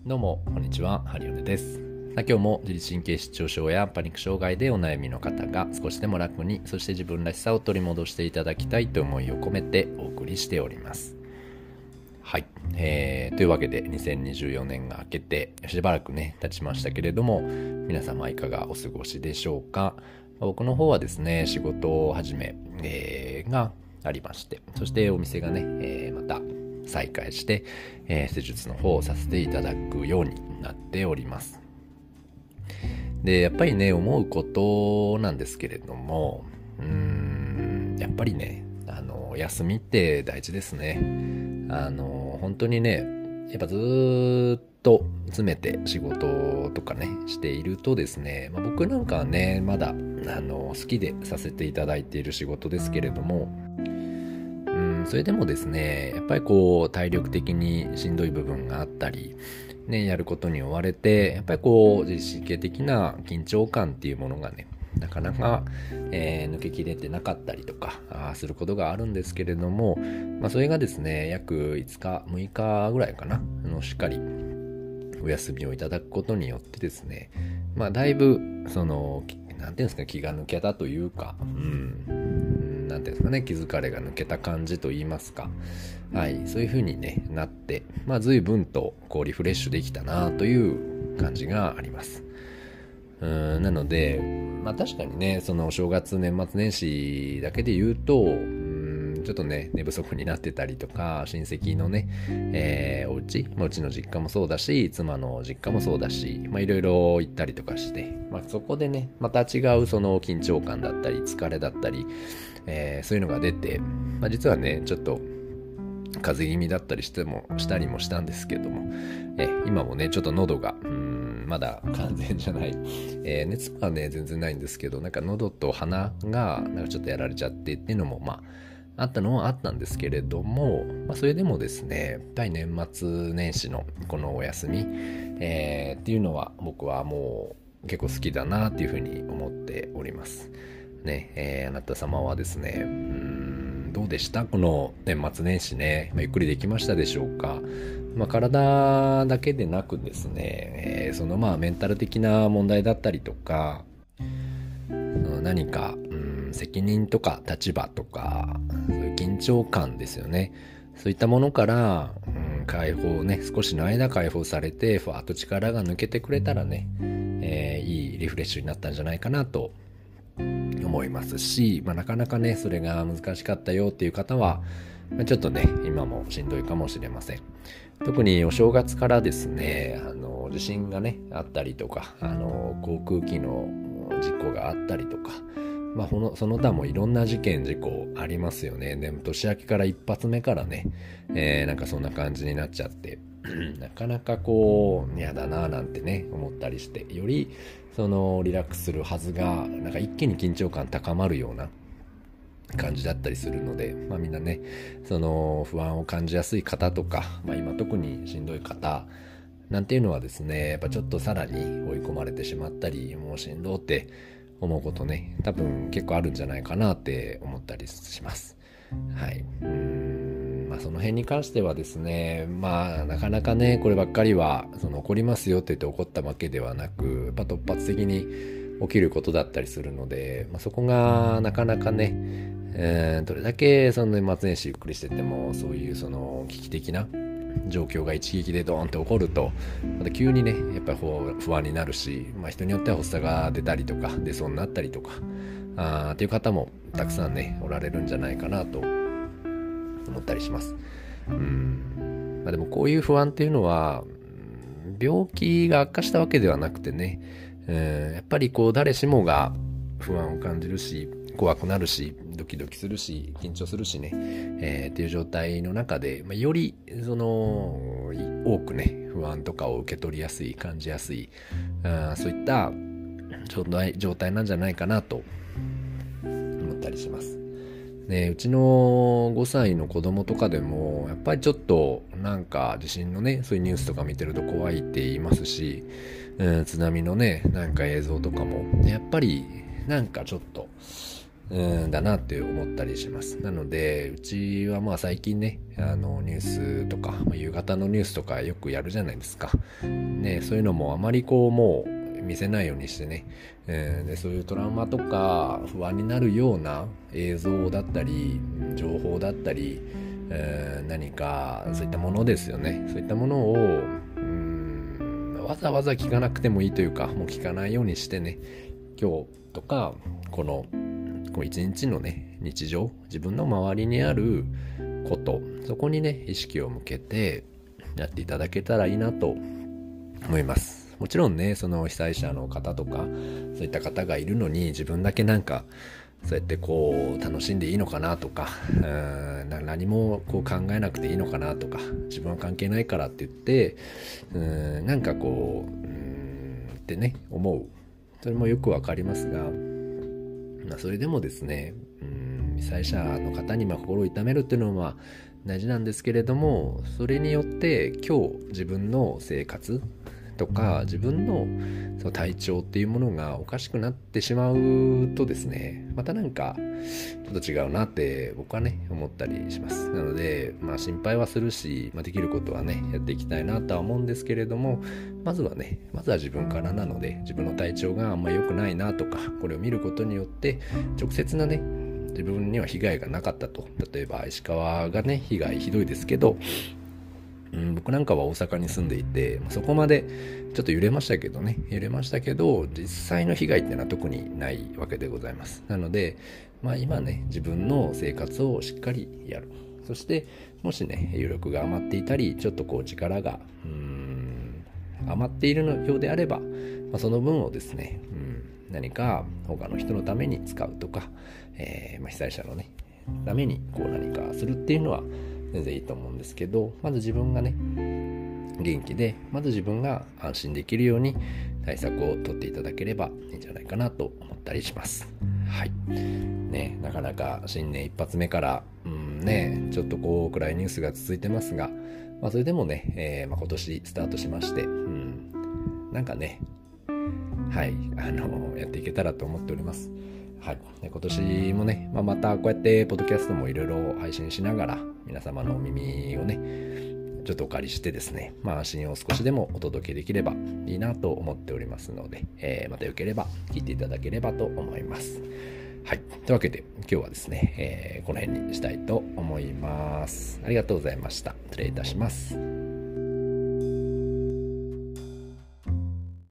どうもこんにちは、ハリオネです。今日も自律神経失調症やパニック障害でお悩みの方が少しでも楽に、そして自分らしさを取り戻していただきたいという思いを込めてお送りしております。はい、というわけで2024年が明けてしばらくね経ちましたけれども、皆様いかがお過ごしでしょうか。僕の方はですね、仕事始め、がありまして、そしてお店がね、また再開して、施術の方をさせていただくようになっております。で、やっぱりね、思うことなんですけれども、やっぱりね、休みって大事ですね。本当にね、やっぱずっと詰めて仕事とかねしているとですね、僕なんかはねまだ好きでさせていただいている仕事ですけれども、それでもですね、やっぱりこう体力的にしんどい部分があったり、ね、やることに追われて、やっぱりこう自律神経的な緊張感っていうものがね、なかなか、抜けきれてなかったりとかすることがあるんですけれども、それがですね、約5日、6日ぐらいかな、しっかりお休みをいただくことによってですね、だいぶそのなんていうんですか、気が抜けたというか、なんていうんですかね、気疲れが抜けた感じと言いますか、はい、そういう風に、ね、なって、随分とこうリフレッシュできたなという感じがあります。なので、確かにね、そのお正月年末年始だけで言うと、ちょっとね、寝不足になってたりとか、親戚のね、お家、うちの実家もそうだし、妻の実家もそうだし、いろいろ行ったりとかして、そこでね、また違うその緊張感だったり、疲れだったり、そういうのが出て、実はね、ちょっと風邪気味だったりしたりもしたんですけども、今もね、ちょっと喉が、まだ完全じゃない、熱はね、全然ないんですけど、なんか喉と鼻がなんかちょっとやられちゃってっていうのも、あったのはあったんですけれども、それでもですね、やっぱり年末年始のこのお休み、っていうのは僕はもう結構好きだなっていうふうに思っておりますね。あなた様はですね、どうでしたこの年末年始ね、ゆっくりできましたでしょうか。体だけでなくですね、そのメンタル的な問題だったりとか、何か、責任とか立場とか、そういう緊張感ですよね。そういったものから、解放ね、少しの間解放されて、ふわっと力が抜けてくれたらね、いいリフレッシュになったんじゃないかなと思いますし、なかなかね、それが難しかったよっていう方は、ちょっとね、今もしんどいかもしれません。特にお正月からですね、地震がね、あったりとか、航空機の事故があったりとか、その他もいろんな事故ありますよね。でも年明けから一発目からね、なんかそんな感じになっちゃって、なかなかこう、嫌だななんてね、思ったりして、よりそのリラックスするはずが、なんか一気に緊張感高まるような感じだったりするので、みんなね、その不安を感じやすい方とか、今特にしんどい方なんていうのはですね、やっぱちょっとさらに追い込まれてしまったり、もうしんどって思うことね、多分結構あるんじゃないかなって思ったりします。はい。その辺に関してはですね、なかなかね、こればっかりは起こりますよって言って起こったわけではなく、やっぱ突発的に起きることだったりするので、そこがなかなかね、どれだけその年末年始ゆっくりしてても、そういうその危機的な状況が一撃でドーンって起こると、また急にね、やっぱり不安になるし、人によっては発作が出たりとか、出そうになったりとか、っていう方もたくさんね、おられるんじゃないかなと思ったりします。でもこういう不安っていうのは、病気が悪化したわけではなくてね、やっぱりこう誰しもが不安を感じるし、怖くなるし、ドキドキするし、緊張するしね、っていう状態の中で、よりその多くね、不安とかを受け取りやすい、感じやすい、そういった状態なんじゃないかなと思ったりします。ね、うちの5歳の子供とかでもやっぱりちょっとなんか地震のね、そういうニュースとか見てると怖いって言いますし、津波のね、なんか映像とかもやっぱりなんかちょっとだなって思ったりします。なのでうちはまあ最近ねニュースとか夕方のニュースとかよくやるじゃないですか。ね、そういうのもあまりこうもう見せないようにしてね、でそういうトラウマとか不安になるような映像だったり情報だったり、何かそういったものですよね。そういったものをわざわざ聞かなくてもいいというか、もう聞かないようにしてね、今日とかこの一日のね日常、自分の周りにあること、そこにね意識を向けてやっていただけたらいいなと思います。もちろんね、その被災者の方とかそういった方がいるのに自分だけなんかそうやってこう楽しんでいいのかなとか、何もこう考えなくていいのかなとか、自分は関係ないからって言ってなんかこうってね思う。それもよくわかりますが、それでもですね、被災者の方に心を痛めるっていうのは大事なんですけれども、それによって今日自分の生活とか自分のその体調っていうものがおかしくなってしまうとですね、またなんかちょっと違うなって僕はね思ったりします。なので心配はするし、できることはねやっていきたいなとは思うんですけれども、まずは自分からなので、自分の体調があんまり良くないなとか、これを見ることによって直接なね自分には被害がなかったと、例えば石川がね被害ひどいですけど、僕なんかは大阪に住んでいて、そこまでちょっと揺れましたけど実際の被害っていうのは特にないわけでございます。なので今ね自分の生活をしっかりやる。そしてもしね余力が余っていたり、ちょっとこう力が余っているようであれば、その分をですね、何か他の人のために使うとか、被災者のねためにこう何かするっていうのは全然いいと思うんですけど、まず自分がね元気で、まず自分が安心できるように対策を取っていただければいいんじゃないかなと思ったりします。はいね、なかなか新年一発目からちょっとこう暗いニュースが続いてますが、それでもね、今年スタートしまして、なんかねやっていけたらと思っております。はい、今年もね、またこうやってポッドキャストもいろいろ配信しながら皆様のお耳をねちょっとお借りしてですね、安心を少しでもお届けできればいいなと思っておりますので、またよければ聞いていただければと思います。はい、というわけで今日はですね、この辺にしたいと思います。ありがとうございました。失礼いたします。